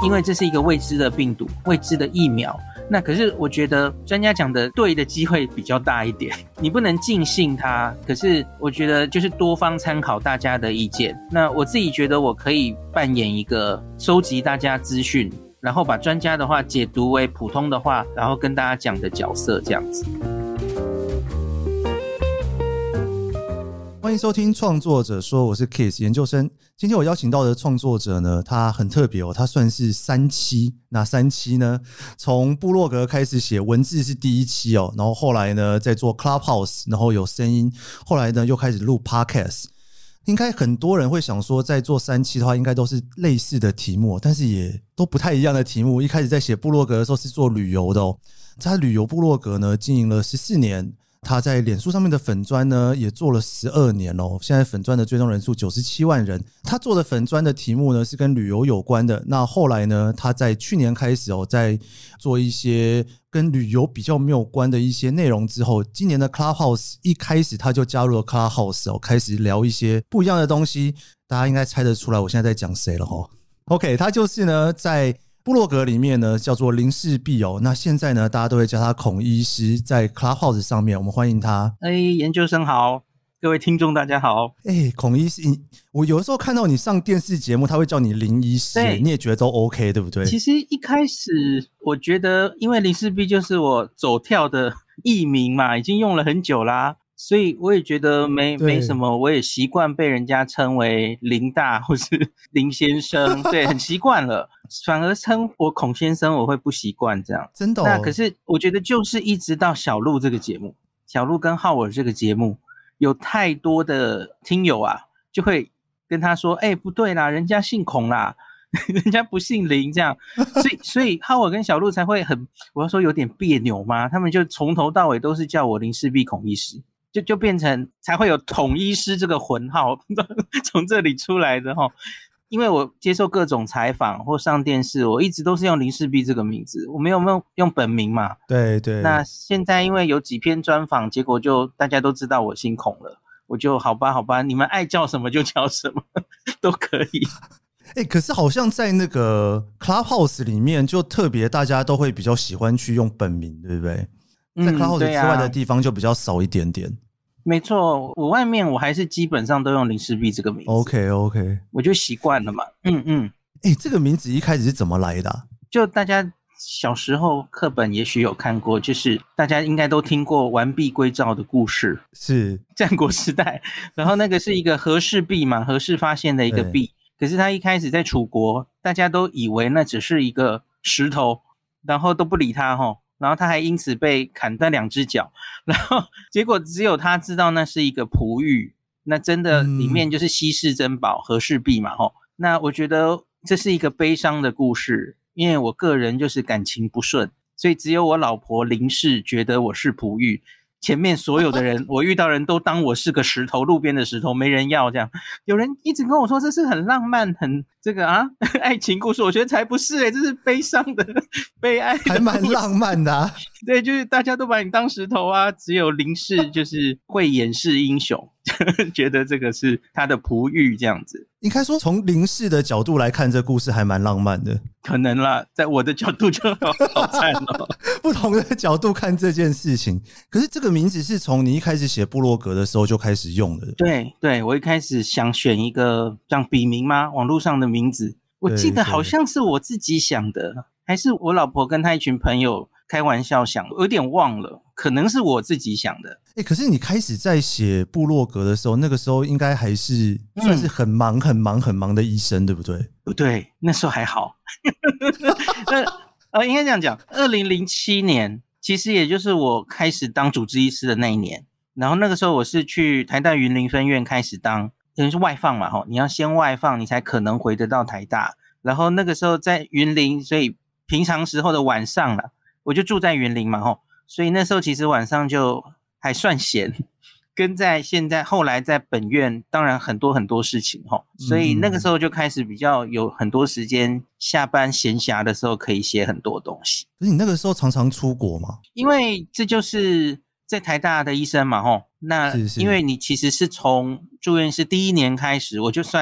因为这是一个未知的病毒，未知的疫苗。那可是我觉得专家讲的对的机会比较大一点，你不能尽信他，可是我觉得就是多方参考大家的意见。那我自己觉得我可以扮演一个收集大家资讯，然后把专家的话解读为普通的话，然后跟大家讲的角色这样子。 欢迎收听创作者说，我是 Kiss 研究生。今天我邀请到的创作者呢，他很特别他算是3期。哪3期呢？从部落格开始写文字是第1期然后后来呢在做 Clubhouse， 然后有声音，后来呢又开始录 Podcast。应该很多人会想说，在做3期的话应该都是类似的题目，但是也都不太一样的题目。一开始在写部落格的时候是做旅游的他旅游部落格呢经营了14年，他在脸书上面的粉专呢也做了12年现在粉专的追踪人数97万人。他做的粉专的题目呢是跟旅游有关的。那后来呢，他在去年开始在做一些跟旅游比较没有关的一些内容之后，今年的 Clubhouse 一开始他就加入了 Clubhouse 开始聊一些不一样的东西。大家应该猜得出来我现在在讲谁了OK， 他就是呢在部落格里面呢叫做林氏璧那现在呢大家都会叫他孔医师，在 Clubhouse 上面我们欢迎他。 研究生好，各位听众大家好。 孔医师，我有的时候看到你上电视节目他会叫你林医师，你也觉得都 OK 对不对？ 其实一开始我觉得因为林氏璧就是我走跳的艺名嘛，已经用了很久啦，所以我也觉得没什么，我也习惯被人家称为林大或是林先生，对，很习惯了。反而称我孔先生我会不习惯这样。 真的那可是我觉得就是一直到小鹿这个节目，小鹿跟浩尔这个节目，有太多的听友就会跟他说不对啦，人家姓孔啦，人家不姓林这样。所以浩尔跟小鹿才会我要说有点别扭吗？他们就从头到尾都是叫我林氏璧孔医师，就变成才会有统医师这个混号从这里出来的因为我接受各种采访或上电视，我一直都是用林氏璧这个名字，我没有用本名嘛。 对对。 那现在因为有几篇专访，结果就大家都知道我姓孔了，我就好吧，你们爱叫什么就叫什么都可以。 可是好像在那个 Clubhouse 里面就特别大家都会比较喜欢去用本名，对不对？在 Clubhouse 之外的地方就比较少一点点。 没错，我外面我还是基本上都用林氏璧这个名字。 OK， 我就习惯了嘛。 这个名字一开始是怎么来的就大家小时候课本也许有看过，就是大家应该都听过完璧归赵的故事， 是战国时代。然后那个是一个和氏璧嘛，和氏发现的一个璧，可是他一开始在楚国，大家都以为那只是一个石头，然后都不理他然后他还因此被砍断2只脚，然后结果只有他知道那是一个璞玉，那真的里面就是稀世珍宝和氏璧嘛那我觉得这是一个悲伤的故事，因为我个人就是感情不顺，所以只有我老婆林氏觉得我是璞玉，前面所有的人我遇到人都当我是个石头，路边的石头，没人要这样。有人一直跟我说这是很浪漫很这个爱情故事，我觉得才不是这是悲伤的悲哀的， 还蛮浪漫的对，就是大家都把你当石头只有林氏就是会掩饰英雄觉得这个是他的璞玉这样子。 应该说从林氏的角度来看，这故事还蛮浪漫的。 可能啦，在我的角度就好惨不同的角度看这件事情。可是这个名字是从你一开始写部落格的时候就开始用的。 对，我一开始想选一个像笔名吗，网络上的名字，我记得好像是我自己想的，还是我老婆跟她一群朋友开玩笑想，有点忘了，可能是我自己想的。 可是你开始在写部落格的时候，那个时候应该还是算是很忙的医生，对不对？ 不对，那时候还好应该这样讲，2007年其实也就是我开始当主治医师的那一年，然后那个时候我是去台大云林分院开始当，等于是外放嘛你要先外放你才可能回得到台大，然后那个时候在云林，所以平常时候的晚上啦，我就住在云林嘛所以那时候其实晚上就还算闲，跟在现在后来在本院当然很多事情所以那个时候就开始比较有很多时间，下班闲暇的时候可以写很多东西。 可是你那个时候常常出国吗？ 因为这就是在台大的医生嘛那因为你其实是从住院是第1年开始，我就算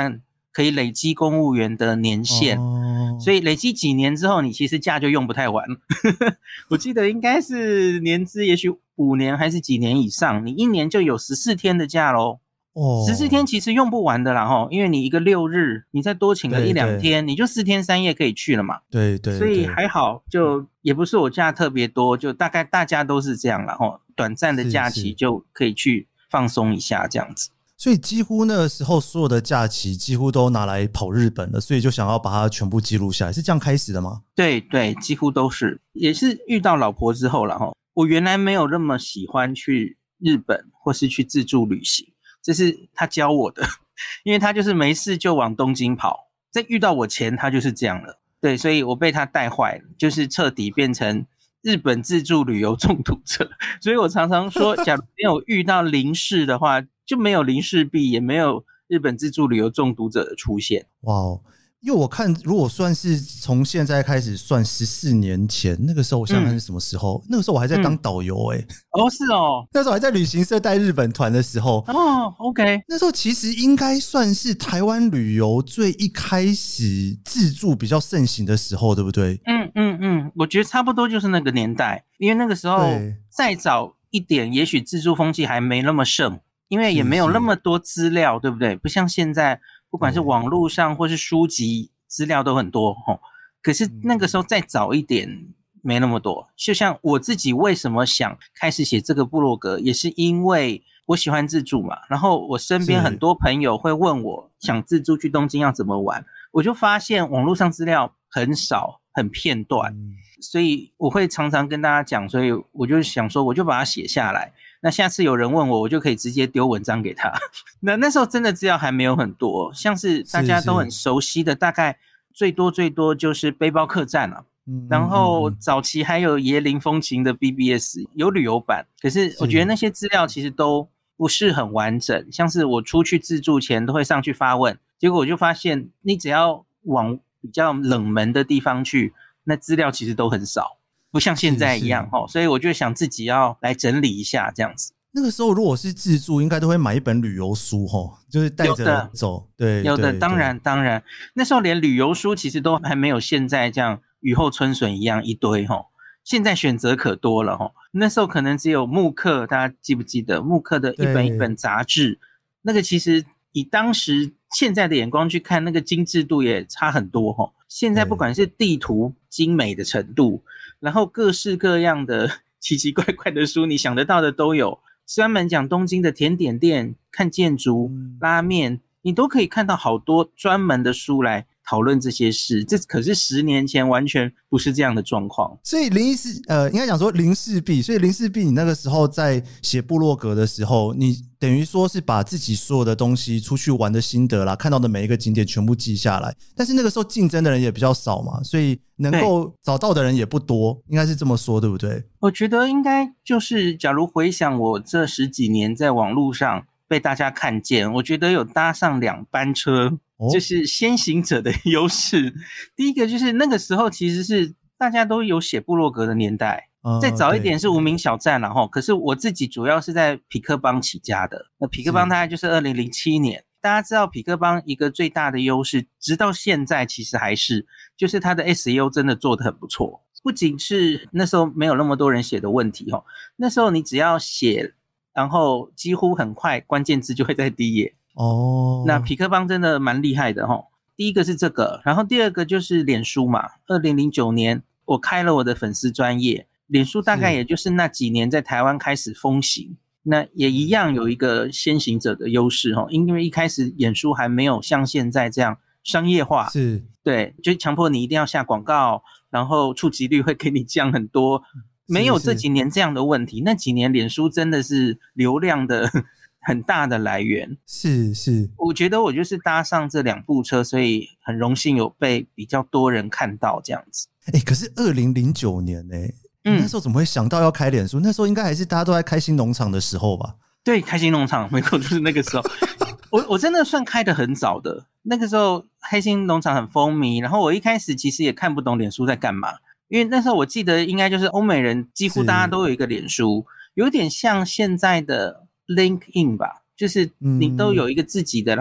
可以累积公务员的年限，所以累积几年之后，你其实假就用不太完。我记得应该是年资也许5年还是几年以上，你1年就有14天的假咯。14天其实用不完的啦齁，因为你一个6日，你再多请个1-2天，你就4天3夜可以去了嘛。 对， 所以还好，就也不是我假特别多，就大概大家都是这样啦齁，短暂的假期就可以去放松一下这样子。 所以几乎那个时候所有的假期几乎都拿来跑日本了，所以就想要把它全部记录下来，是这样开始的吗？ 对对，几乎都是，也是遇到老婆之后啦齁，我原来没有那么喜欢去日本或是去自助旅行，这是他教我的，因为他就是没事就往东京跑，在遇到我前他就是这样了，对，所以我被他带坏了，就是彻底变成日本自助旅游中毒者。所以我常常说，假如没有遇到零式的话，就没有零式币，也没有日本自助旅游中毒者的出现。 哇哦！因为我看，如果算是从现在开始算14年前，那个时候我想想看是什么时候？那个时候我还在当导游哦，是哦， 那时候还在旅行社带日本团的时候。 哦 ，OK， 那时候其实应该算是台湾旅游最一开始自助比较盛行的时候，对不对？ 我觉得差不多就是那个年代，因为那个时候再早一点，也许自助风气还没那么盛。因为也没有那么多资料，对不对？不像现在，不管是网络上或是书籍资料都很多可是那个时候再早一点没那么多。就像我自己为什么想开始写这个部落格，也是因为我喜欢自助嘛。然后我身边很多朋友会问我想自助去东京要怎么玩，我就发现网络上资料很少，很片段，所以我会常常跟大家讲，所以我就想说，我就把它写下来。那下次有人问我，我就可以直接丢文章给他。那时候真的资料还没有很多，像是大家都很熟悉的，大概最多就是背包客栈啊。然后早期还有椰林风情的 BBS 有旅游版，可是我觉得那些资料其实都不是很完整。像是我出去自助前都会上去发问，结果我就发现你只要往比较冷门的地方去，那资料其实都很少。不像现在一样所以我就想自己要来整理一下这样子。 那个时候如果是自助，应该都会买一本旅游书就是带着走。对， 有的，当然。那时候连旅游书其实都还没有现在这样雨后春笋一样一堆现在选择可多了那时候可能只有木刻，大家记不记得木刻的一本一本杂志？那个其实以当时现在的眼光去看，那个精致度也差很多现在不管是地图精美的程度，然后各式各样的奇奇怪怪的书，你想得到的都有。专门讲东京的甜点店、看建筑、拉面，你都可以看到好多专门的书来讨论这些事。这可是10年前完全不是这样的状况。 所以应该讲说零式币，所以零式币你那个时候在写部落格的时候，你等于说是把自己所有的东西出去玩的心得啦，看到的每一个景点全部记下来。但是那个时候竞争的人也比较少嘛，所以能够找到的人也不多，应该是这么说对不对？ 我觉得应该就是假如回想我这10几年在网络上被大家看见，我觉得有搭上2班车，就是先行者的优势。第一个就是那个时候其实是大家都有写部落格的年代，再早一点是无名小站啦可是我自己主要是在痞客邦起家的。那痞客邦大概就是2007年。大家知道痞客邦一个最大的优势，直到现在其实还是，就是它的 SEO 真的做得很不错。不仅是那时候没有那么多人写的问题那时候你只要写，然后几乎很快关键字就会在第一页那痞客邦真的蛮厉害的第一个是这个，然后第二个就是脸书嘛。2009年我开了我的粉丝专页，脸书大概也就是那几年在台湾开始风行。那也一样有一个先行者的优势因为一开始脸书还没有像现在这样商业化， 是对，就强迫你一定要下广告，然后触及率会给你降很多，没有这几年这样的问题。那几年脸书真的是流量的很大的来源。是我觉得我就是搭上这2部车，所以很荣幸有被比较多人看到这样子。 可是2009年那时候怎么会想到要开脸书？那时候应该还是大家都在开心农场的时候吧？ 对，开心农场没错，就是那个时候。我真的算开得很早的，那个时候开心农场很风靡，然后我一开始其实也看不懂脸书在干嘛，因为那时候我记得应该就是欧美人几乎大家都有一个脸书，有点像现在的 LinkedIn 吧，就是你都有一个自己的，然后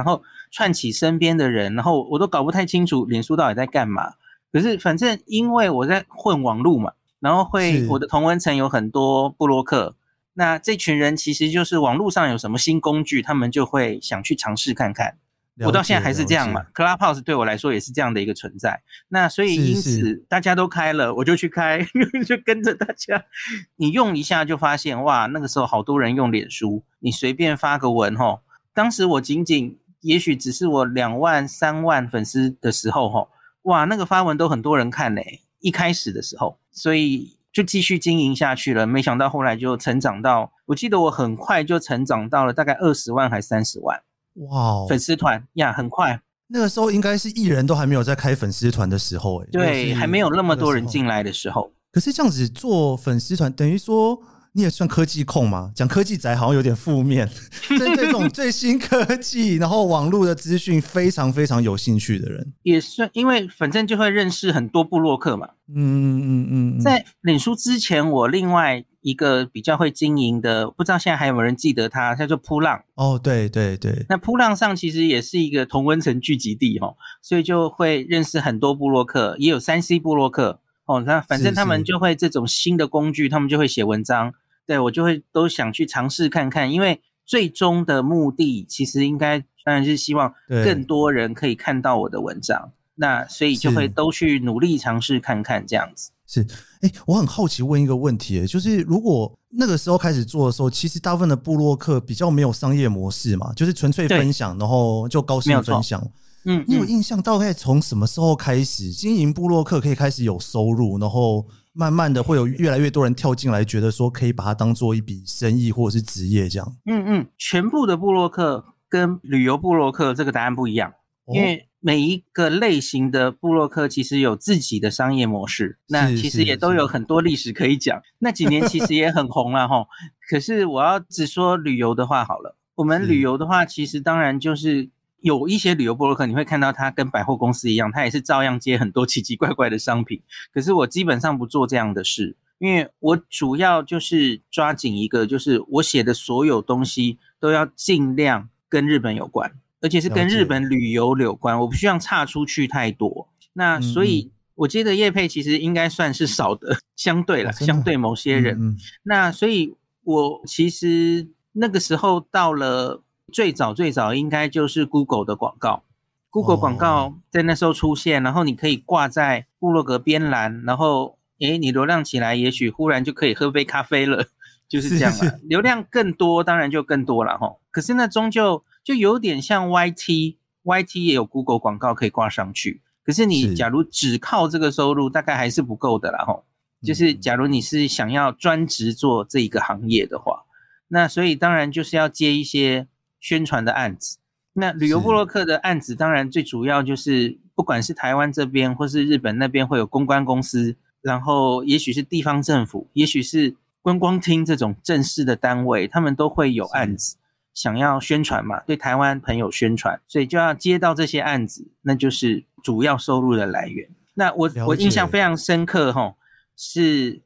串起身边的人，然后我都搞不太清楚脸书到底在干嘛。可是反正因为我在混网路嘛，然后我的同温层有很多部落客，那这群人其实就是网络上有什么新工具，他们就会想去尝试看看。我到现在还是这样嘛 ，Clubhouse 对我来说也是这样的一个存在。那所以因此大家都开了，我就去开，就跟着大家。你用一下就发现，哇，那个时候好多人用脸书，你随便发个文齁，当时我仅仅也许只是我2万3万粉丝的时候齁，哇，那个发文都很多人看嘞，一开始的时候，所以就继续经营下去了。没想到后来就成长到，我记得我很快就成长到了大概20万还30万。 哇， 粉丝团呀，很快。 那个时候应该是艺人都还没有在开粉丝团的时候， 对，还没有那么多人进来的时候。 可是这样子做粉丝团，等于说你也算科技控嘛？讲科技宅好像有点负面，对这种最新科技，然后网络的资讯非常非常有兴趣的人， 也算，因为反正就会认识很多部落客嘛。在脸书之前，我另外一个比较会经营的，不知道现在还有没有人记得他，叫做扑浪。 哦，对对对， 那扑浪上其实也是一个同温层聚集地齁，所以就会认识很多部落客，也有 3C 部落客哦。那反正他们就会这种新的工具，他们就会写文章。对，我就会都想去尝试看看，因为最终的目的其实应该当然是希望更多人可以看到我的文章，那所以就会都去努力尝试看看这样子。 是，我很好奇问一个问题，就是如果那个时候开始做的时候，其实大部分的部落客比较没有商业模式嘛，就是纯粹分享，然后就高兴分享。你有印象大概从什么时候开始经营部落客可以开始有收入，然后慢慢的会有越来越多人跳进来，觉得说可以把它当做一笔生意或者是职业这样？ 全部的部落客跟旅游部落客这个答案不一样，因为每一个类型的部落客其实有自己的商业模式，那其实也都有很多历史可以讲。那几年其实也很红了齁。可是我要只说旅游的话好了，我们旅游的话，其实当然就是有一些旅游部落客，你会看到它跟百货公司一样，它也是照样接很多奇奇怪怪的商品。可是我基本上不做这样的事，因为我主要就是抓紧一个，就是我写的所有东西都要尽量跟日本有关，而且是跟日本旅游有关，我不希望岔出去太多。那所以我接的业配其实应该算是少的，相对啦，相对某些人。那所以我其实那个时候到了最早应该就是 Google 的广告。Google 广告在那时候出现，然后你可以挂在部落格边栏，然后你流量起来，也许忽然就可以喝杯咖啡了，就是这样啦。流量更多当然就更多了齁。可是那终究就有点像 YT 也有 Google 广告可以挂上去，可是你假如只靠这个收入大概还是不够的啦齁。就是假如你是想要专职做这一个行业的话，那所以当然就是要接一些宣传的案子。那旅游部落客的案子当然最主要就是不管是台湾这边或是日本那边会有公关公司，然后也许是地方政府，也许是观光厅这种正式的单位，他们都会有案子想要宣传嘛，对台湾朋友宣传，所以就要接到这些案子，那就是主要收入的来源。那我印象非常深刻齁，是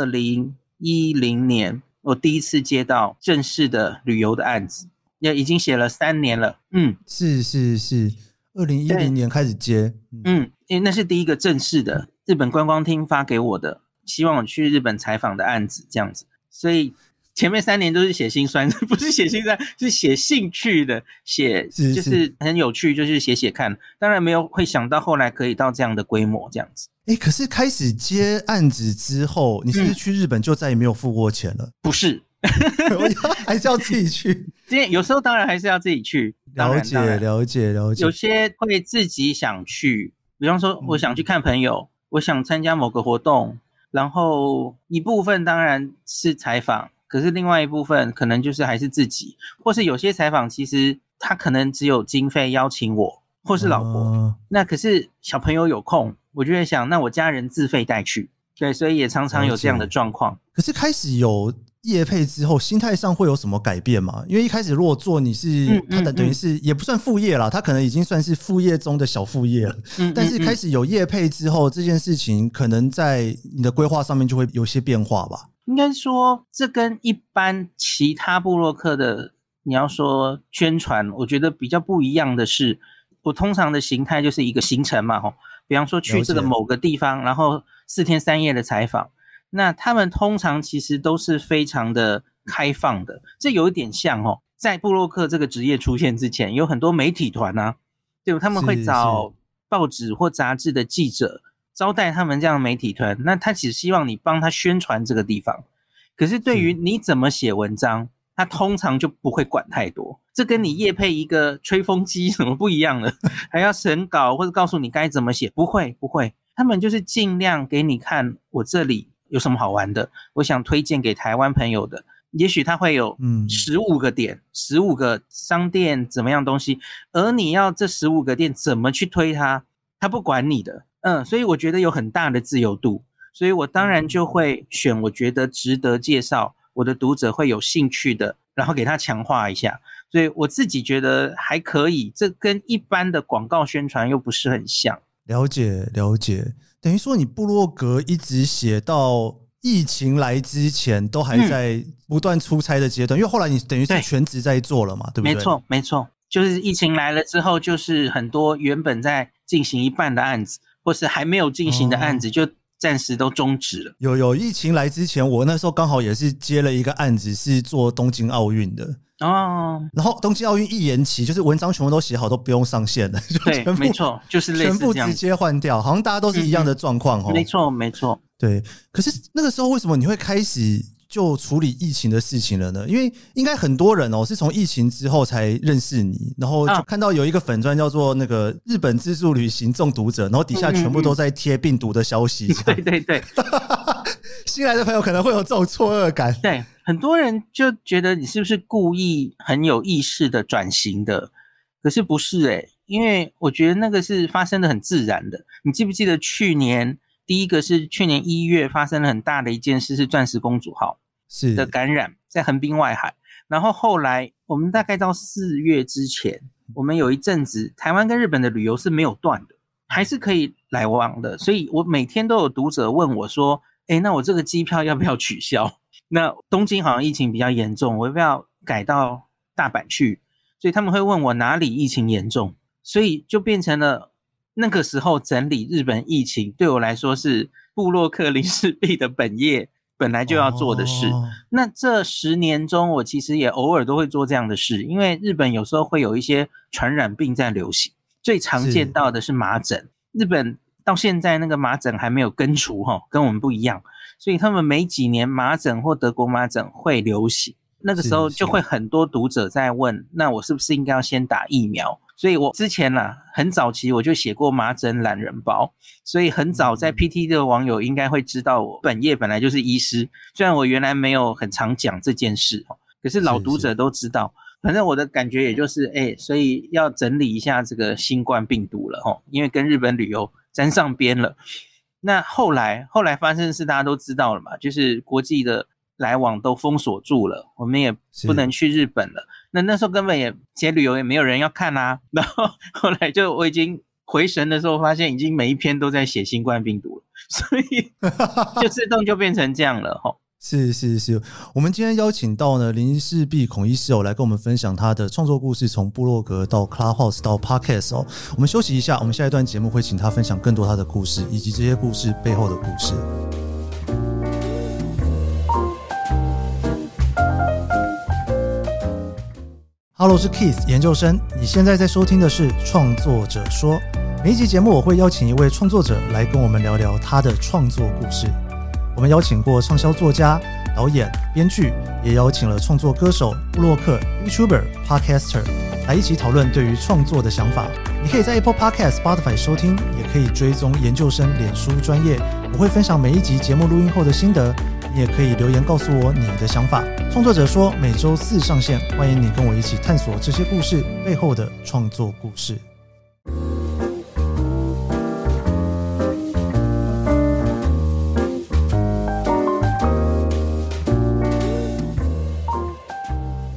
2010年我第一次接到正式的旅游的案子，也已经写了3年了。 是2010年开始接。 因为那是第一个正式的日本观光厅发给我的，希望我去日本采访的案子这样子。所以前面3年都是写心酸，不是写心酸，是写兴趣的，写就是很有趣，就是写看。当然没有会想到后来可以到这样的规模这样子。 可是开始接案子之后，你是不是去日本就再也没有付过钱了？ 不是， 还是要自己去。 有时候当然还是要自己去。 了解。 有些会自己想去，比方说我想去看朋友，我想参加某个活动，然后一部分当然是采访，可是另外一部分可能就是还是自己，或是有些采访其实他可能只有经费邀请我或是老婆，那可是小朋友有空，我就会想那我家人自费带去。对，所以也常常有这样的状况。 可是开始有业配之后，心态上会有什么改变吗？因为一开始如果做你是他等于是也不算副业啦，他可能已经算是副业中的小副业了。但是开始有业配之后，这件事情可能在你的规划上面就会有些变化吧。 应该说这跟一般其他部落客的你要说宣传，我觉得比较不一样的是，我通常的形态就是一个行程嘛，比方说去这个某个地方，然后4天3夜的采访，那他们通常其实都是非常的开放的，这有一点像在部落客这个职业出现之前，有很多媒体团啊，对吧？他们会找报纸或杂志的记者招待他们这样的媒体团，那他只希望你帮他宣传这个地方，可是对于你怎么写文章，他通常就不会管太多，这跟你业配一个吹风机什么不一样的，还要审稿或者告诉你该怎么写，不会，他们就是尽量给你看我这里有什么好玩的，我想推荐给台湾朋友的，也许他会有15个点，15个商店怎么样东西，而你要这15个店怎么去推它，他不管你的，所以我觉得有很大的自由度，所以我当然就会选我觉得值得介绍，我的读者会有兴趣的，然后给他强化一下，所以我自己觉得还可以，这跟一般的广告宣传又不是很像。 了解，等于说你部落格一直写到疫情来之前都还在不断出差的阶段，因为后来你等于是全职在做了嘛，对不对？ 没错，就是疫情来了之后，就是很多原本在进行一半的案子，或是还没有进行的案子，就暂时都终止了。 有疫情来之前，我那时候刚好也是接了一个案子，是做东京奥运的。然后东京奥运一延期，就是文章全部都写好，都不用上线了。 对，没错，就是类似这样， 全部直接换掉，好像大家都是一样的状况。 没错。 对，可是那个时候为什么你会开始就处理疫情的事情了呢？因为应该很多人是从疫情之后才认识你，然后就看到有一个粉专叫做那个日本自助旅行中毒者，然后底下全部都在贴病毒的消息。 对。 新来的朋友可能会有这种错愕感。 对，很多人就觉得你是不是故意很有意识的转型的，可是不是因为我觉得那个是发生的很自然的。你记不记得第一个是去年1月发生了很大的一件事，是钻石公主号的感染在横滨外海，然后后来我们大概到4月之前，我们有一阵子台湾跟日本的旅游是没有断的，还是可以来往的，所以我每天都有读者问我说那我这个机票要不要取消？那东京好像疫情比较严重，我要不要改到大阪去？所以他们会问我哪里疫情严重，所以就变成了那个时候整理日本疫情对我来说是部落客林氏璧的本业本来就要做的事。那这10年中我其实也偶尔都会做这样的事，因为日本有时候会有一些传染病在流行，最常见到的是麻疹，日本到现在那个麻疹还没有根除跟我们不一样，所以他们每几年麻疹或德国麻疹会流行，那个时候就会很多读者在问，那我是不是应该要先打疫苗？所以我之前很早期我就写过麻疹懒人包，所以很早在 PT 的网友应该会知道我本业本来就是医师，虽然我原来没有很常讲这件事，可是老读者都知道。反正我的感觉也就是所以要整理一下这个新冠病毒了因为跟日本旅游沾上边了。那后来发生的事大家都知道了嘛，就是国际的来往都封锁住了，我们也不能去日本了。那时候根本也写旅游也没有人要看啊。然后后来就我已经回神的时候，发现已经每一篇都在写新冠病毒了，所以就自动就变成这样了是，我们今天邀请到呢林氏璧孔医师来跟我们分享他的创作故事，从部落格到 Clubhouse 到 Podcast 我们休息一下，我们下一段节目会请他分享更多他的故事，以及这些故事背后的故事。Hello， 我是 Keith 研究生，你现在在收听的是创作者说。每一集节目我会邀请一位创作者来跟我们聊聊他的创作故事。我们邀请过畅销作家、导演、编剧，也邀请了创作歌手、部落客、YouTuber、Podcaster 来一起讨论对于创作的想法。你可以在 Apple Podcast、Spotify 收听，也可以追踪研究生脸书专页，我会分享每一集节目录音后的心得。你也可以留言告诉我你的想法。创作者说每周4上线，欢迎你跟我一起探索这些故事背后的创作故事。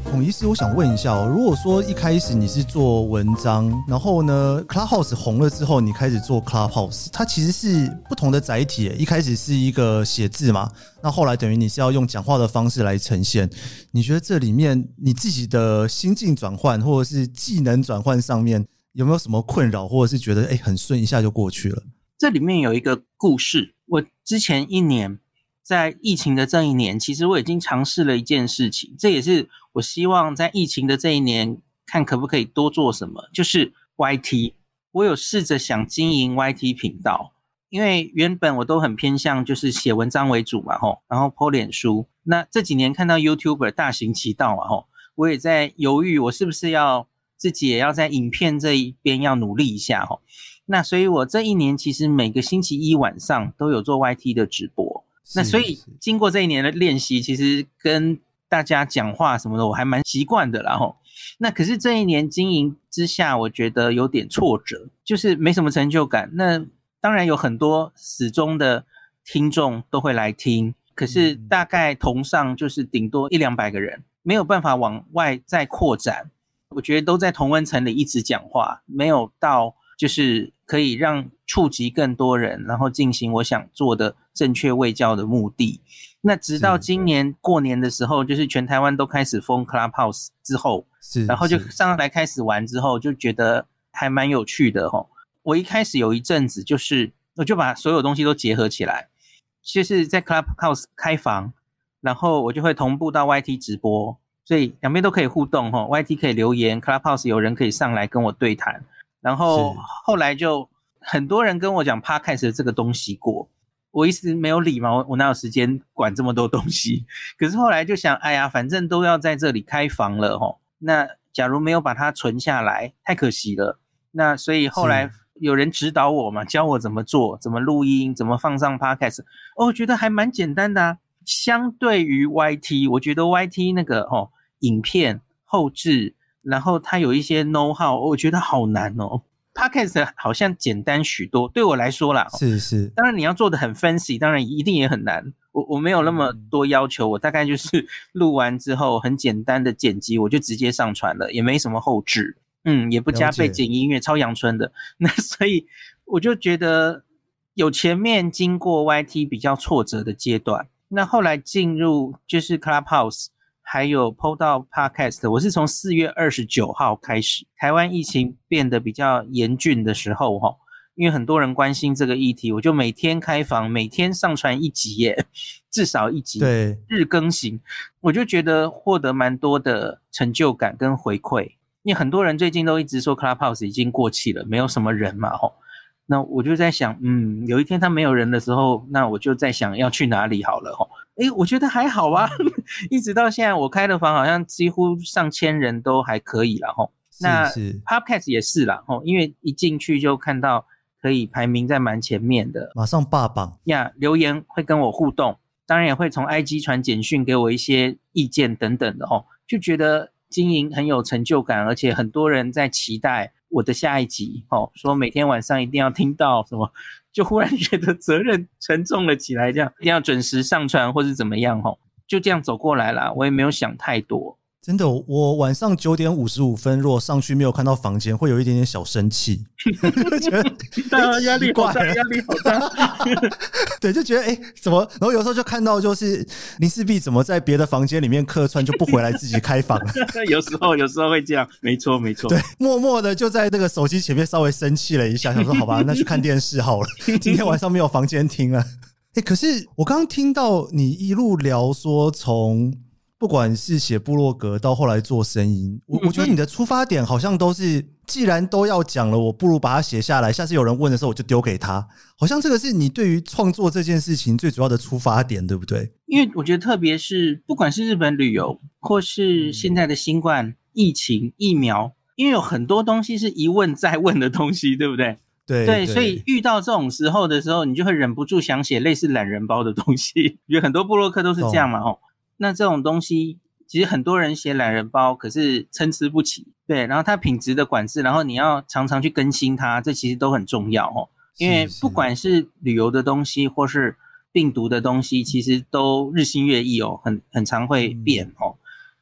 孔医师，我想问一下如果说一开始你是做文章，然后呢 Clubhouse 红了之后你开始做 Clubhouse， 它其实是不同的载体一开始是一个写字嘛，那后来等于你是要用讲话的方式来呈现，你觉得这里面你自己的心境转换或者是技能转换上面有没有什么困扰，或者是觉得很顺一下就过去了？ 这里面有一个故事，我之前1年在疫情的这一年，其实我已经尝试了一件事情，这也是我希望在疫情的这一年看可不可以多做什么，就是 YT。 我有试着想经营 YT 频道，因为原本我都很偏向就是写文章为主嘛，然后 po 脸书，那这几年看到 YouTuber 大行其道嘛，我也在犹豫我是不是要自己也要在影片这一边要努力一下。那所以我这一年其实每个星期一晚上都有做 YT 的直播，那所以经过这一年的练习，其实跟大家讲话什么的我还蛮习惯的啦。那可是这一年经营之下，我觉得有点挫折，就是没什么成就感。那当然有很多死忠的听众都会来听，可是大概同上就是顶多100-200个人，没有办法往外再扩展。我觉得都在同温层里一直讲话，没有到就是可以让触及更多人，然后进行我想做的正确卫教的目的。那直到今年过年的时候，就是全台湾都开始封 Clubhouse 之后，然后就上来开始玩之后，就觉得还蛮有趣的。我一开始有一阵子就是我就把所有东西都结合起来，就是在 Clubhouse 开房，然后我就会同步到 YT 直播，所以两边都可以互动。YT 可以留言， Clubhouse 有人可以上来跟我对谈。然后后来就很多人跟我讲 Podcast 的这个东西过，我一直没有理嘛，我哪有时间管这么多东西。可是后来就想，哎呀，反正都要在这里开房了那假如没有把它存下来太可惜了。那所以后来有人指导我嘛，教我怎么做，怎么录音，怎么放上 Podcast。我觉得还蛮简单的相对于 YT， 我觉得 YT 那个影片后制，然后它有一些 know how， 我觉得好难Podcast 好像简单许多，对我来说啦。 是当然你要做的很 fancy， 当然一定也很难。我没有那么多要求，我大概就是录完之后很简单的剪辑，我就直接上传了，也没什么后制，也不加背景音乐，超阳春的。那所以我就觉得有前面经过 YT 比较挫折的阶段，那后来进入就是 Clubhouse还有 PO 到 Podcast， 我是从4月29号开始，台湾疫情变得比较严峻的时候因为很多人关心这个议题，我就每天开房，每天上传1集耶，至少1集，对，日更新。我就觉得获得蛮多的成就感跟回馈，因为很多人最近都一直说 Clubhouse 已经过气了，没有什么人嘛那我就在想有一天他没有人的时候，那我就在想要去哪里好了我觉得还好啊一直到现在我开的房好像几乎上千人都还可以啦那 Podcast 也是啦因为一进去就看到可以排名在蛮前面的， 马上霸榜留言会跟我互动，当然也会从 IG 传简讯给我一些意见等等的就觉得经营很有成就感，而且很多人在期待我的下一集说每天晚上一定要听到什么，就忽然觉得责任沉重了起来，这样一定要准时上传或是怎么样就这样走过来啦，我也没有想太多。 真的，我晚上9点55分如果上去没有看到房间，会有一点点小生气觉得压力好大，压力好大对，就觉得怎么，然后有时候就看到就是林氏璧怎么在别的房间里面客串，就不回来自己开房有时候会这样，没错对，默默的就在那个手机前面稍微生气了一下，想说好吧那去看电视好了今天晚上没有房间听了可是我刚刚听到你一路聊说从不管是写部落格到后来做声音，我觉得你的出发点好像都是既然都要讲了，我不如把它写下来，下次有人问的时候我就丢给他，好像这个是你对于创作这件事情最主要的出发点，对不对？ 因为我觉得特别是不管是日本旅游或是现在的新冠疫情疫苗，因为有很多东西是一问再问的东西，对不对？对，所以遇到这种时候的时候，你就会忍不住想写类似懒人包的东西，有很多部落客都是这样嘛那这种东西其实很多人写懒人包，可是参差不齐，对，然后它品质的管制，然后你要常常去更新它，这其实都很重要因为不管是旅游的东西或是病毒的东西，其实都日新月异很常会变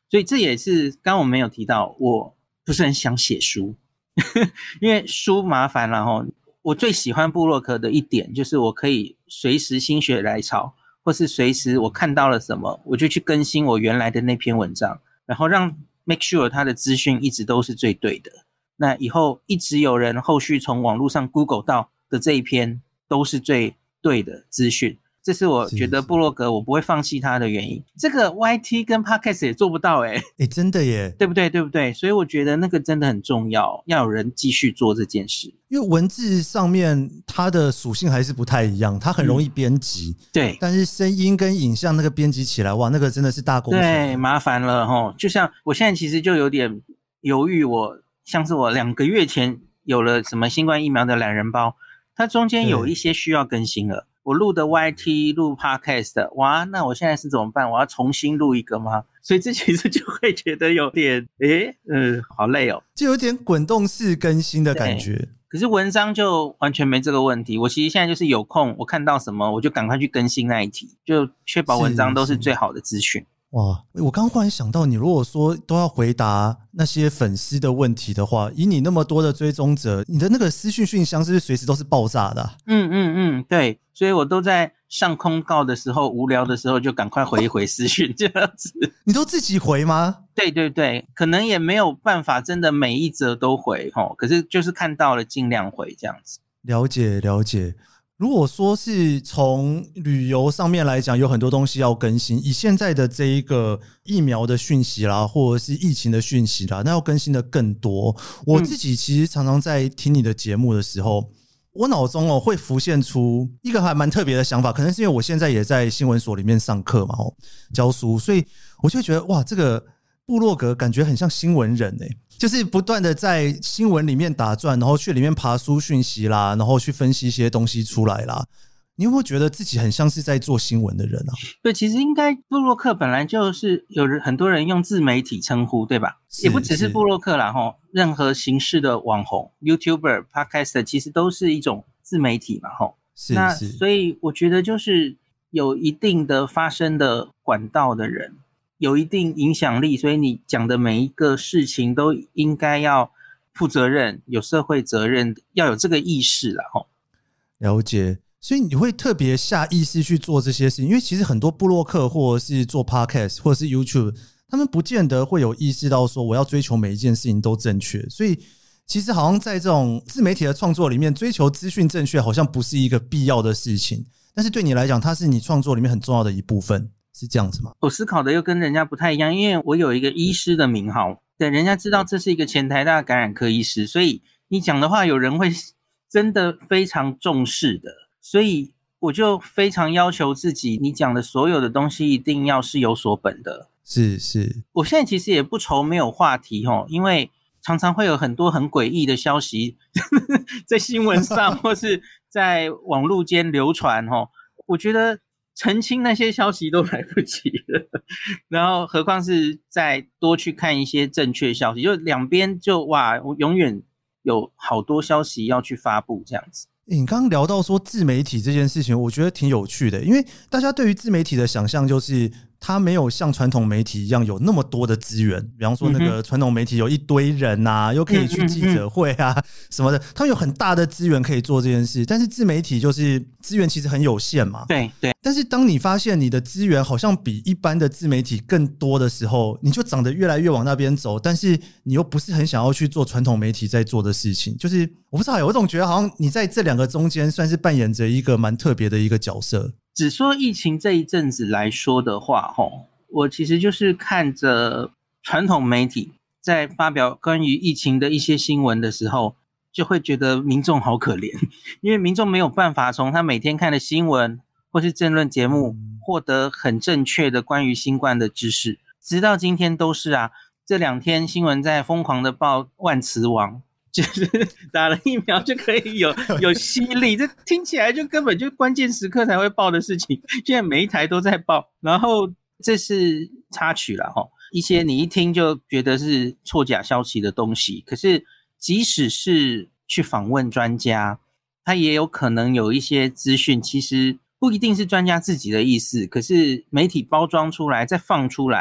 所以这也是刚刚我们有提到，我不是很想写书，因为书麻烦了齁。我最喜欢部落格的一点就是我可以随时心血来潮，或是随时我看到了什么，我就去更新我原来的那篇文章，然后让 make sure 它的资讯一直都是最对的。那以后一直有人后续从网络上 Google 到的这一篇都是最对的资讯。这是我觉得部落格我不会放弃它的原因。这个 YT 跟 Podcast 也做不到真的耶， 对不对？对不对？所以我觉得那个真的很重要，要有人继续做这件事。 因为文字上面它的属性还是不太一样，它很容易编辑， 对。 但是声音跟影像那个编辑起来，哇，那个真的是大工程， 对，麻烦了齁。就像我现在其实就有点犹豫，像是我2个月前有了什么新冠疫苗的懒人包，它中间有一些需要更新了。我录的 YT 录 Podcast， 哇，那我现在是怎么办？我要重新录一个吗？所以这其实就会觉得有点好累哦， 就有点滚动式更新的感觉。 可是文章就完全没这个问题，我其实现在就是有空，我看到什么我就赶快去更新那一题，就确保文章都是最好的资讯。 哇，我刚忽然想到，你如果说都要回答那些粉丝的问题的话，以你那么多的追踪者，你的那个私讯讯箱是不是随时都是爆炸的对，所以我都在上空告的时候，无聊的时候就赶快回一回私讯这样子。 你都自己回吗？ 对对对，可能也没有办法真的每一则都回可是就是看到了尽量回这样子。 了解了解。如果说是从旅游上面来讲，有很多东西要更新，以现在的这一个疫苗的讯息啦，或者是疫情的讯息啦，那要更新的更多。我自己其实常常在听你的节目的时候，我脑中会浮现出一个还蛮特别的想法，可能是因为我现在也在新闻所里面上课嘛，教书，所以我就会觉得哇，这个部落格感觉很像新闻人就是不断的在新闻里面打转，然后去里面爬书讯息啦，然后去分析一些东西出来啦。你有没有觉得自己很像是在做新闻的人啊？ 对，其实应该部落客本来就是有很多人用自媒体称呼，对吧？也不只是部落客啦，任何形式的网红 YouTuber、Podcaster 其实都是一种自媒体嘛，那所以我觉得就是有一定的发声的管道的人，有一定影响力，所以你讲的每一个事情都应该要负责任，有社会责任，要有这个意识啦。 了解。所以你会特别下意识去做这些事情，因为其实很多部落客或者是做 podcast 或者是 YouTube， 他们不见得会有意识到说我要追求每一件事情都正确，所以其实好像在这种自媒体的创作里面，追求资讯正确好像不是一个必要的事情，但是对你来讲它是你创作里面很重要的一部分，是这样子吗？ 我思考的又跟人家不太一样，因为我有一个医师的名号，对，人家知道这是一个前台大感染科医师，所以你讲的话有人会真的非常重视的，所以我就非常要求自己，你讲的所有的东西一定要是有所本的。 是， 我现在其实也不愁没有话题因为常常会有很多很诡异的消息在新闻上或是在网络间流传我觉得澄清那些消息都来不及了，然后何况是再多去看一些正确消息，就两边就哇，我永远有好多消息要去发布这样子。 你刚刚聊到说自媒体这件事情，我觉得挺有趣的，因为大家对于自媒体的想象就是它没有像传统媒体一样有那么多的资源，比方说那个传统媒体有一堆人啊，又可以去记者会啊什么的，他们有很大的资源可以做这件事，但是自媒体就是资源其实很有限嘛。 对。 但是当你发现你的资源好像比一般的自媒体更多的时候，你就长得越来越往那边走，但是你又不是很想要去做传统媒体在做的事情，就是我不知道，有一种觉得好像你在这两个中间算是扮演着一个蛮特别的一个角色。 只说疫情这一阵子来说的话我其实就是看着传统媒体在发表关于疫情的一些新闻的时候，就会觉得民众好可怜，因为民众没有办法从他每天看的新闻或是政论节目获得很正确的关于新冠的知识，直到今天都是啊。这2天新闻在疯狂的报万磁王，就是打了疫苗就可以有吸力，这听起来就根本就关键时刻才会报的事情，现在每一台都在报，然后这是插曲啦一些你一听就觉得是错假消息的东西，可是即使是去访问专家，他也有可能有一些资讯其实不一定是专家自己的意思，可是媒体包装出来再放出来，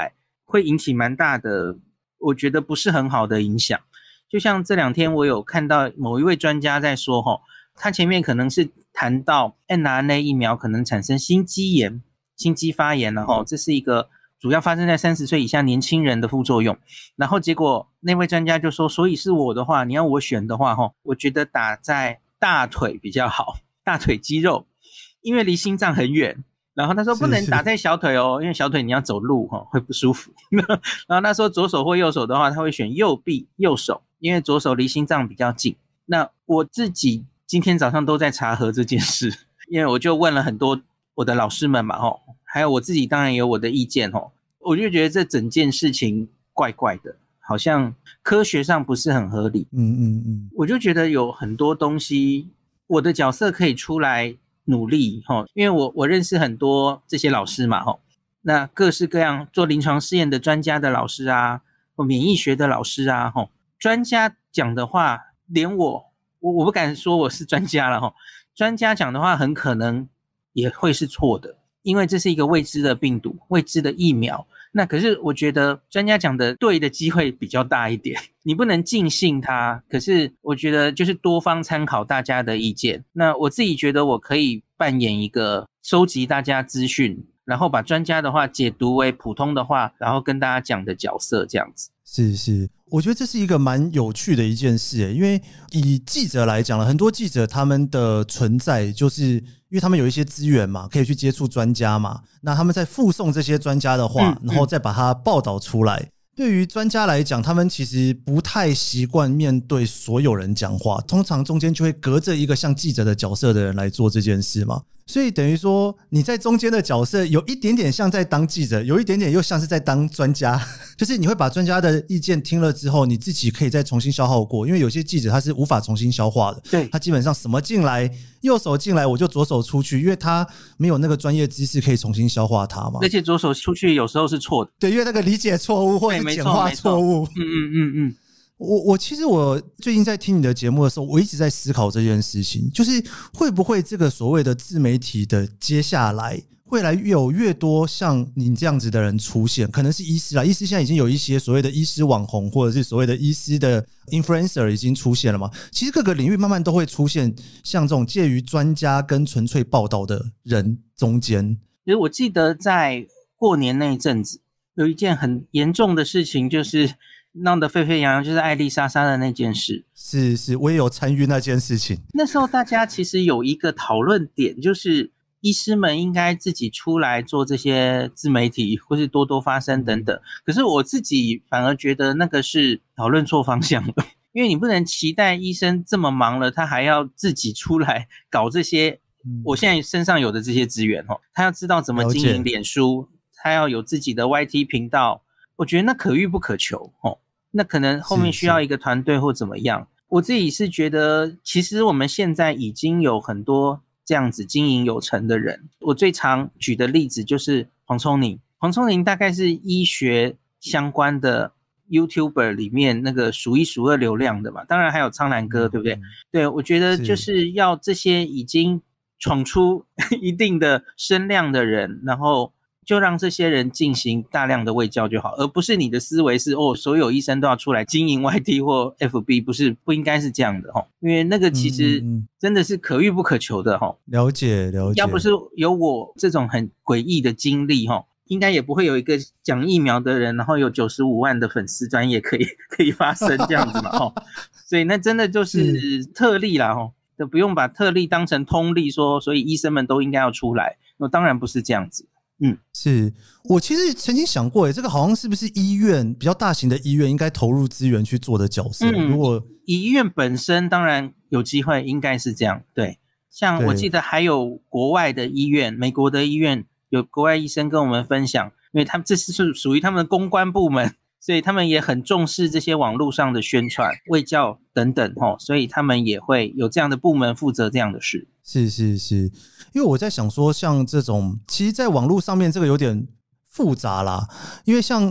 会引起蛮大的，我觉得不是很好的影响。就像这2天我有看到某一位专家在说他前面可能是谈到 mRNA 疫苗可能产生心肌炎、心肌发炎这是一个主要发生在30岁以下年轻人的副作用。然后结果那位专家就说，所以是我的话，你要我选的话我觉得打在大腿比较好，大腿肌肉，因为离心脏很远。然后他说不能打在小腿因为小腿你要走路会不舒服。然后他说左手或右手的话，他会选右臂右手，因为左手离心脏比较近。那我自己今天早上都在查核这件事，因为我就问了很多我的老师们嘛还有我自己当然也有我的意见我就觉得这整件事情怪怪的，好像科学上不是很合理。我就觉得有很多东西我的角色可以出来努力因为我认识很多这些老师嘛那各式各样做临床试验的专家的老师啊，或免疫学的老师啊专家讲的话连我不敢说我是专家了专家讲的话很可能也会是错的，因为这是一个未知的病毒，未知的疫苗。那可是我觉得专家讲的对的机会比较大一点，你不能尽信他，可是我觉得就是多方参考大家的意见。那我自己觉得我可以扮演一个收集大家资讯，然后把专家的话解读为普通的话，然后跟大家讲的角色这样子。 是，我觉得这是一个蛮有趣的一件事因为以记者来讲了，很多记者他们的存在就是因为他们有一些资源嘛，可以去接触专家嘛，那他们在附送这些专家的话然后再把它报道出来。对于专家来讲，他们其实不太习惯面对所有人讲话，通常中间就会隔着一个像记者的角色的人来做这件事嘛。所以等于说你在中间的角色有一点点像在当记者，有一点点又像是在当专家，就是你会把专家的意见听了之后，你自己可以再重新消耗过，因为有些记者他是无法重新消化的， 对， 他基本上什么进来右手进来我就左手出去，因为他没有那个专业知识可以重新消化它嘛。 而且左手出去有时候是错的， 对，因为那个理解错误或者是简化错误。其实我最近在听你的节目的时候，我一直在思考这件事情，就是会不会这个所谓的自媒体的接下来会来有越多像你这样子的人出现，可能是医师啦，医师现在已经有一些所谓的医师网红或者是所谓的医师的 influencer 已经出现了嘛。其实各个领域慢慢都会出现像这种介于专家跟纯粹报道的人中间。 其实我记得在过年那一阵子有一件很严重的事情，就是闹得沸沸扬扬，就是艾丽莎莎的那件事。 是，我也有参与那件事情。 那时候大家其实有一个讨论点，就是医师们应该自己出来做这些自媒体，或是多多发声等等。可是我自己反而觉得那个是讨论错方向了，因为你不能期待医生这么忙了，他还要自己出来搞这些我现在身上有的这些资源他要知道怎么经营脸书，他要有自己的 YT 频道，我觉得那可遇不可求那可能后面需要一个团队或怎么样。我自己是觉得其实我们现在已经有很多这样子经营有成的人。我最常举的例子就是黄聪宁大概是医学相关的 YouTuber 里面那个数一数二流量的嘛，当然还有苍兰哥对不对？对，我觉得就是要这些已经闯出一定的声量的人，然后就让这些人进行大量的卫教就好，而不是你的思维是所有医生都要出来经营 YT 或 FB， 不应该是这样的因为那个其实真的是可遇不可求的了解。 要不是有我这种很诡异的经历应该也不会有一个讲疫苗的人，然后有95万的粉丝专页可以发声这样子嘛所以那真的就是特例啦就不用把特例当成通例说，所以医生们都应该要出来，当然不是这样子。 是我其实曾经想过这个好像是不是医院比较大型的医院应该投入资源去做的角色。如果医院本身当然有机会应该是这样，对，像我记得还有国外的医院，美国的医院有国外医生跟我们分享，因为他们这是属于他们的公关部门，所以他们也很重视这些网络上的宣传卫教等等所以他们也会有这样的部门负责这样的事。 是，因为我在想说像这种其实在网络上面这个有点复杂啦，因为像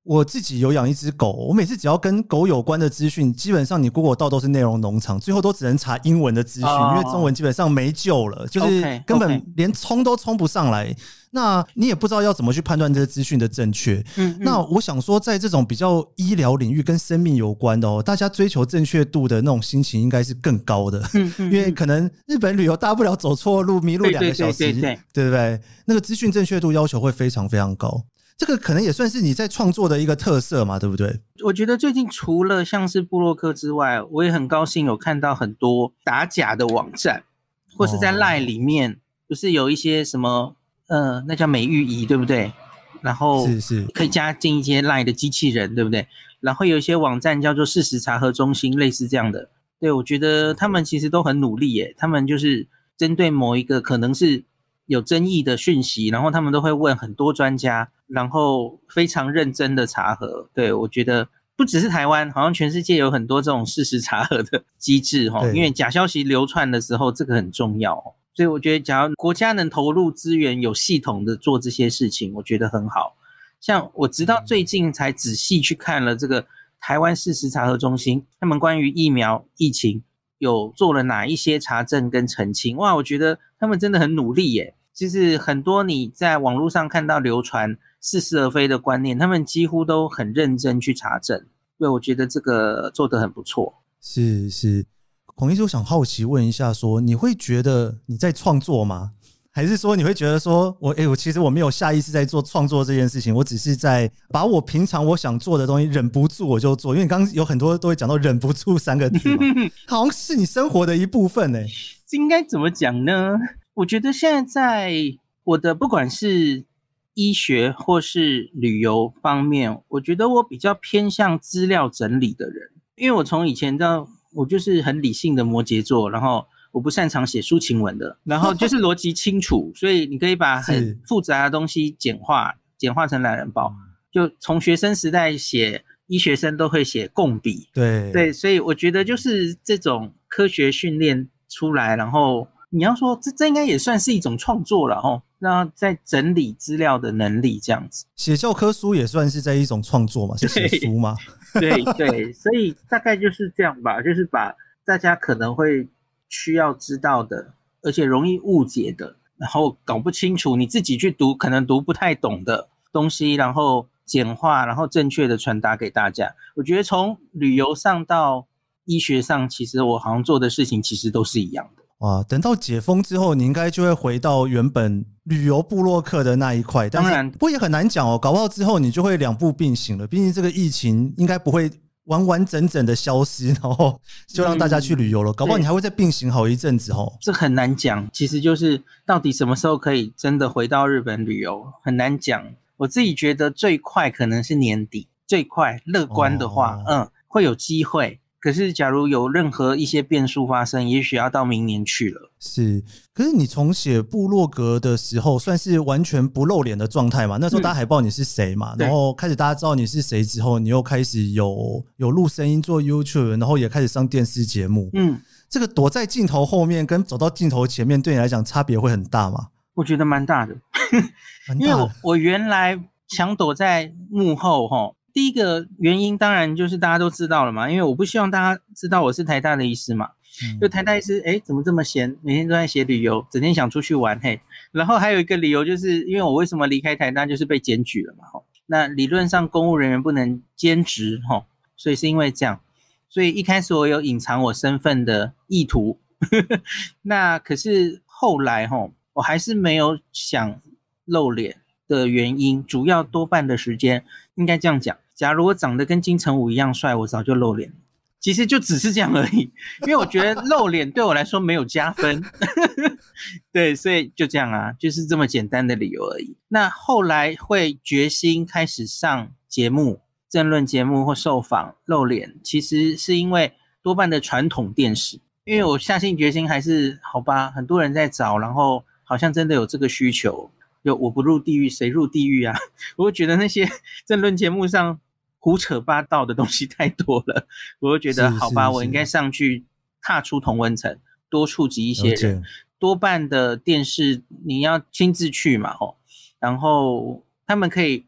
我自己有养一只狗，我每次只要跟狗有关的资讯，基本上你 Google 到都是内容农场，最后都只能查英文的资讯，因为中文基本上没救了，就是根本连冲都冲不上来。那你也不知道要怎么去判断这些资讯的正确。那我想说，在这种比较医疗领域跟生命有关的大家追求正确度的那种心情应该是更高的。因为可能日本旅游大不了走错路迷路2个小时，对不对？那个资讯正确度要求会非常非常高。这个可能也算是你在创作的一个特色嘛，对不对？ 我觉得最近除了像是部落客之外，我也很高兴有看到很多打假的网站，或是在 LINE 里面不是有一些什么那叫美玉仪，对不对？然后可以加进一些 LINE 的机器人，对不对？然后有一些网站叫做事实查核中心，类似这样的。对，我觉得他们其实都很努力耶，他们就是针对某一个可能是有争议的讯息，然后他们都会问很多专家，然后非常认真的查核。对，我觉得不只是台湾，好像全世界有很多这种事实查核的机制，因为假消息流窜的时候这个很重要。所以我觉得假如国家能投入资源有系统的做这些事情，我觉得很好。像我直到最近才仔细去看了这个台湾事实查核中心，他们关于疫苗疫情有做了哪一些查证跟澄清。哇，我觉得他们真的很努力耶。就是很多你在网络上看到流传似是而非的观念，他们几乎都很认真去查证。对，我觉得这个做得很不错。 是。孔医师，我想好奇问一下说，你会觉得你在创作吗？还是说你会觉得说我其实我没有下意识在做创作这件事情，我只是在把我平常我想做的东西忍不住我就做，因为你刚刚有很多都会讲到忍不住3个字嘛好像是你生活的一部分耶。 这应该怎么讲呢？我觉得现在我的不管是医学或是旅游方面，我觉得我比较偏向资料整理的人，因为我从以前到我就是很理性的摩羯座，然后我不擅长写抒情文的，然后就是逻辑清楚所以你可以把很复杂的东西简化成懒人包。就从学生时代写医学生都会写共笔，对，所以我觉得就是这种科学训练出来，然后你要说这应该也算是一种创作了齁，然后在整理资料的能力这样子。 写教科书也算是在一种创作嘛，是写书嘛对，所以大概就是这样吧，就是把大家可能会需要知道的，而且容易误解的，然后搞不清楚你自己去读可能读不太懂的东西，然后简化，然后正确的传达给大家。我觉得从旅游上到医学上，其实我好像做的事情其实都是一样的。 哇，等到解封之后，你应该就会回到原本旅游部落客的那一块。 当然， 不过也很难讲搞不好之后你就会2步并行了。毕竟这个疫情应该不会完完整整的消失，然后就让大家去旅游了。搞不好你还会再并行好一阵子这很难讲，其实就是到底什么时候可以真的回到日本旅游，很难讲。我自己觉得最快可能是年底，最快乐观的话，会有机会。可是假如有任何一些变数发生，也许要到明年去了。 是，可是你从写部落格的时候算是完全不露脸的状态嘛？那时候大家还不知道你是谁嘛，然后开始大家知道你是谁之后，你又开始有录声音做 YouTube， 然后也开始上电视节目。这个躲在镜头后面跟走到镜头前面对你来讲差别会很大吗？ 我觉得蛮大的因为我原来想躲在幕后第一个原因当然就是大家都知道了嘛，因为我不希望大家知道我是台大的医师嘛。就台大医师怎么这么闲，每天都在写旅游，整天想出去玩然后还有一个理由就是因为我为什么离开台大就是被检举了嘛那理论上公务人员不能兼职所以是因为这样，所以一开始我有隐藏我身份的意图那可是后来我还是没有想露脸的原因，主要多半的时间应该这样讲，假如我长得跟金城武一样帅，我早就露脸，其实就只是这样而已，因为我觉得露脸对我来说没有加分对，所以就这样啊，就是这么简单的理由而已。那后来会决心开始上节目，政论节目或受访露脸，其实是因为多半的传统电视，因为我下定决心还是好吧，很多人在找，然后好像真的有这个需求，就我不入地狱谁入地狱啊我会觉得那些政论节目上胡扯八道的东西太多了，我会觉得好吧，我应该上去踏出同温层，多触及一些人。多半的电视你要亲自去嘛然后他们可以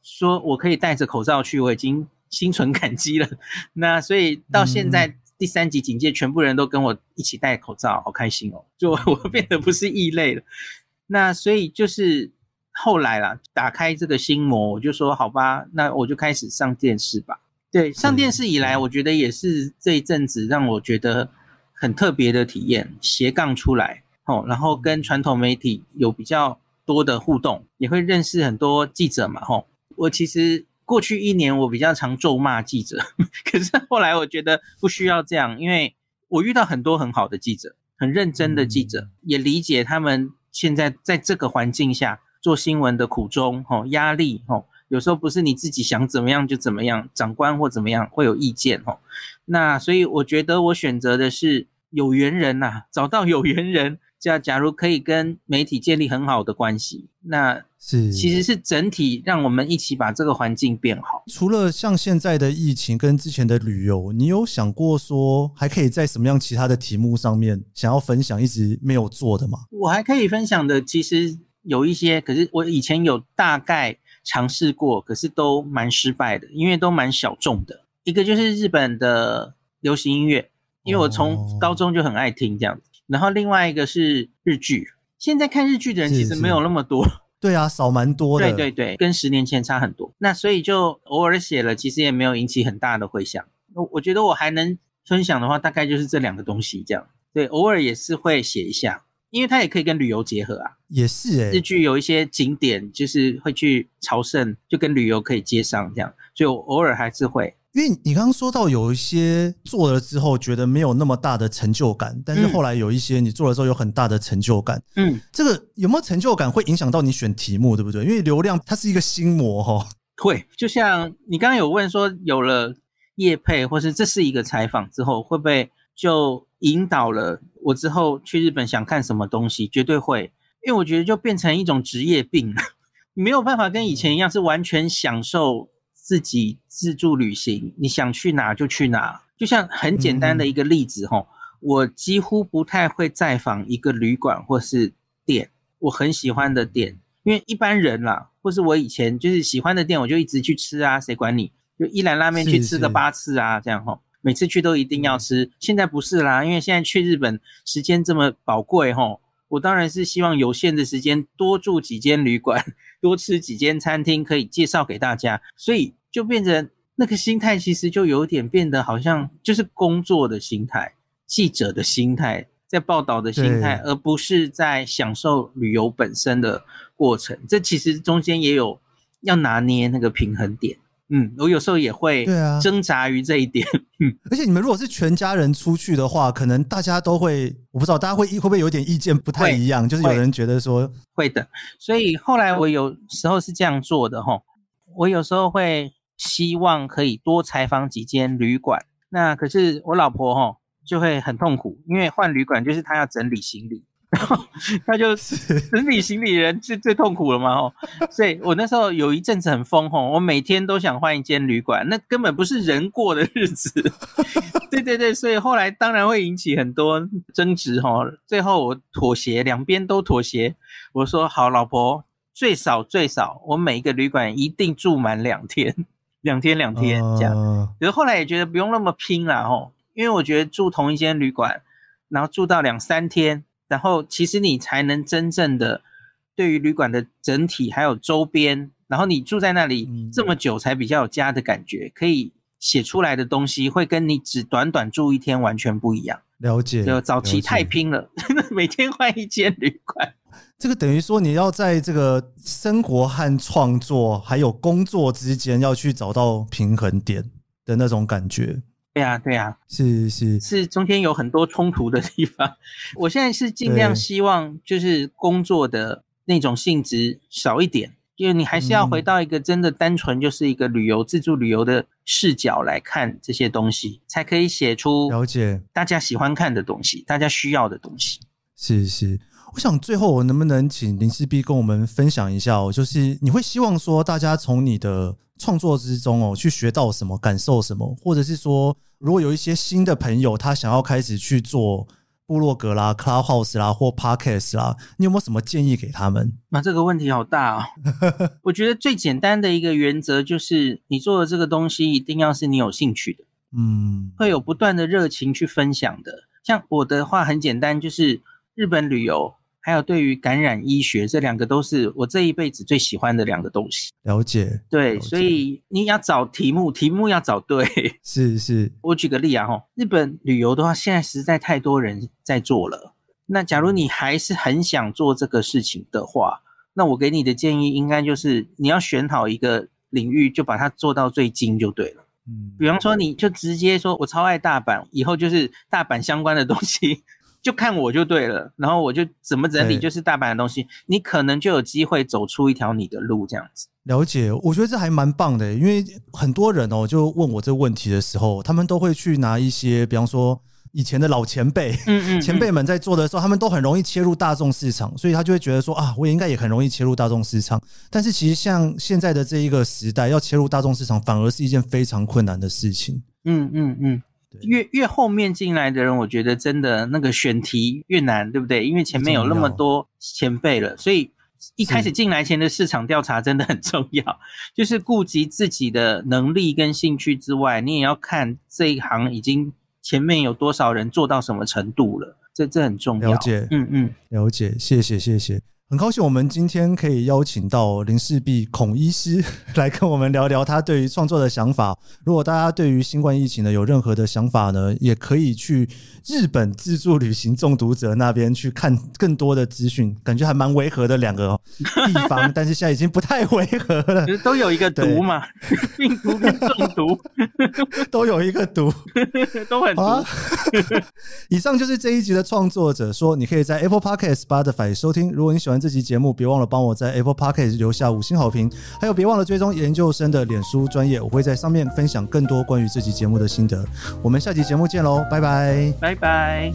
说我可以戴着口罩去，我已经心存感激了。那所以到现在第3级警戒，全部人都跟我一起戴口罩，好开心哦，就我变得不是异类了。那所以就是后来啦，打开这个心魔，我就说好吧，那我就开始上电视吧。对，上电视以来，我觉得也是这一阵子让我觉得很特别的体验，斜杠出来然后跟传统媒体有比较多的互动，也会认识很多记者嘛我其实过去1年我比较常咒骂记者，可是后来我觉得不需要这样，因为我遇到很多很好的记者，很认真的记者，也理解他们现在在这个环境下做新闻的苦衷压力有时候不是你自己想怎么样就怎么样，长官或怎么样会有意见那所以我觉得我选择的是有缘人找到有缘人，假如可以跟媒体建立很好的关系，那其实是整体让我们一起把这个环境变好。 除了像现在的疫情跟之前的旅游，你有想过说还可以在什么样其他的题目上面想要分享一直没有做的吗？ 我还可以分享的其实有一些，可是我以前有大概尝试过，可是都蛮失败的，因为都蛮小众的。一个就是日本的流行音乐，因为我从高中就很爱听这样子。然后另外一个是日剧，现在看日剧的人其实没有那么多。 对啊，少蛮多的。 对对对，跟10年前差很多。那所以就偶尔写了，其实也没有引起很大的回响。我觉得我还能分享的话，大概就是这2个东西这样。对，偶尔也是会写一下，因为它也可以跟旅游结合啊。 也是日剧有一些景点就是会去朝圣，就跟旅游可以接上这样，所以我偶尔还是会。 因为你刚刚说到有一些做了之后觉得没有那么大的成就感，但是后来有一些你做了之后有很大的成就感。这个有没有成就感会影响到你选题目，对不对？因为流量它是一个心魔会，就像你刚刚有问说有了业配或是这是一个采访之后，会不会就引导了我之后去日本想看什么东西？绝对会，因为我觉得就变成一种职业病了，没有办法跟以前一样是完全享受自己自助旅行，你想去哪就去哪。就像很简单的一个例子我几乎不太会再访一个旅馆或是店，我很喜欢的店，因为一般人啦，或是我以前就是喜欢的店，我就一直去吃啊，谁管你？就一兰拉面去吃个8次啊，这样每次去都一定要吃。现在不是啦，因为现在去日本时间这么宝贵我当然是希望有限的时间多住几间旅馆，多吃几间餐厅，可以介绍给大家，所以就变成那个心态其实就有点变得好像就是工作的心态，记者的心态，在报道的心态，而不是在享受旅游本身的过程。这其实中间也有要拿捏那个平衡点。我有时候也会挣扎于这一点。 而且你们如果是全家人出去的话，可能大家都会，我不知道大家会不会有点意见不太一样，就是有人觉得说会的。所以后来我有时候是这样做的我有时候会希望可以多采访几间旅馆，那可是我老婆就会很痛苦，因为换旅馆就是她要整理行李，然后他就整理行李人是最痛苦了嘛所以我那时候有一阵子很疯我每天都想换一间旅馆，那根本不是人过的日子对对对，所以后来当然会引起很多争执最后我妥协，两边都妥协，我说好老婆，最少我每一个旅馆一定住满2天2天2天这样。可是后来也觉得不用那么拼啦因为我觉得住同一间旅馆然后住到2-3天，然后其实你才能真正的对于旅馆的整体还有周边，然后你住在那里这么久才比较有家的感觉，可以写出来的东西会跟你只短短住1天完全不一样。 了解， 就早期太拼了每天换一间旅馆。 这个等于说你要在这个生活和创作还有工作之间要去找到平衡点的那种感觉。 对啊， 是中间有很多冲突的地方。我现在是尽量希望就是工作的那种性质少一点，因为你还是要回到一个真的单纯就是一个旅游自助旅游的视角来看这些东西，才可以写出了解大家喜欢看的东西，大家需要的东西。 是，我想最后我能不能请林氏璧跟我们分享一下就是你会希望说大家从你的创作之中去学到什么，感受什么，或者是说如果有一些新的朋友他想要开始去做部落格啦、Clubhouse 啦或 Podcast 啦，你有没有什么建议给他们？ 这个问题好大哦。我觉得最简单的一个原则就是你做的这个东西一定要是你有兴趣的，会有不断的热情去分享的。像我的话很简单，就是日本旅游还有对于感染医学，这两个都是我这一辈子最喜欢的两个东西。 了解。 对，所以你要找题目要找对。 是。 我举个例啊，日本旅游的话现在实在太多人在做了，那假如你还是很想做这个事情的话，那我给你的建议应该就是你要选好一个领域，就把它做到最精就对了。比方说你就直接说我超爱大阪，以后就是大阪相关的东西就看我就对了，然后我就怎么整理就是大阪的东西，你可能就有机会走出一条你的路这样子。 了解，我觉得这还蛮棒的，因为很多人就问我这个问题的时候，他们都会去拿一些比方说以前的老前辈前辈们在做的时候，他们都很容易切入大众市场，所以他就会觉得说我也应该也很容易切入大众市场。但是其实像现在的这一个时代，要切入大众市场反而是一件非常困难的事情。越后面进来的人，我觉得真的那个选题越难，对不对？因为前面有那么多前辈了，所以一开始进来前的市场调查真的很重要，就是顾及自己的能力跟兴趣之外，你也要看这一行已经前面有多少人做到什么程度了，这很重要。了解，了解，谢谢。很高兴我们今天可以邀请到林氏璧孔医师来跟我们聊聊他对于创作的想法。如果大家对于新冠疫情呢有任何的想法呢，也可以去日本自助旅行中毒者那边去看更多的资讯，感觉还蛮违和的两个地方但是现在已经不太违和了， 都有一个毒嘛病毒跟中毒都有一个毒都很毒以上就是这一集的创作者说，你可以在 Apple Podcast、Spotify 收听。如果你喜欢这集节目，别忘了帮我在 Apple Podcast 留下5星好评，还有别忘了追踪研究生的脸书专页，我会在上面分享更多关于这集节目的心得。我们下集节目见咯，拜拜拜拜。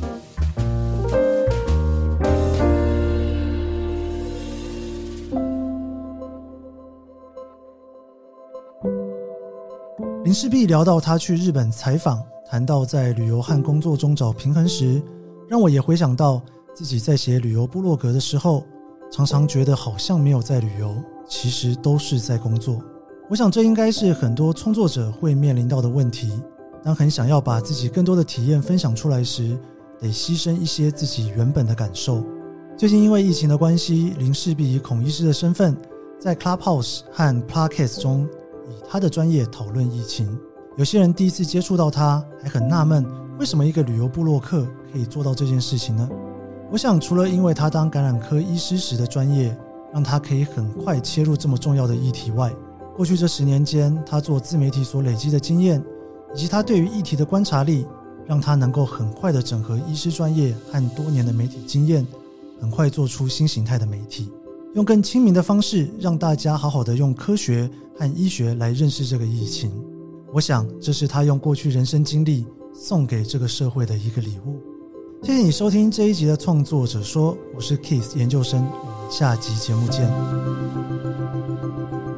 林氏璧聊到他去日本采访，谈到在旅游和工作中找平衡时，让我也回想到自己在写旅游部落格的时候，常常觉得好像没有在旅游，其实都是在工作。我想这应该是很多创作者会面临到的问题，当很想要把自己更多的体验分享出来时，得牺牲一些自己原本的感受。最近因为疫情的关系，林氏璧以孔医师的身份在 Clubhouse 和 Podcast 中以他的专业讨论疫情。有些人第一次接触到他还很纳闷，为什么一个旅游部落客可以做到这件事情呢？我想除了因为他当感染科医师时的专业让他可以很快切入这么重要的议题外，过去这10年间他做自媒体所累积的经验，以及他对于议题的观察力，让他能够很快的整合医师专业和多年的媒体经验，很快做出新形态的媒体，用更亲民的方式让大家好好的用科学和医学来认识这个疫情。我想这是他用过去人生经历送给这个社会的一个礼物。谢谢你收听这一集的创作者说，我是 Keith 研究生，我们下集节目见。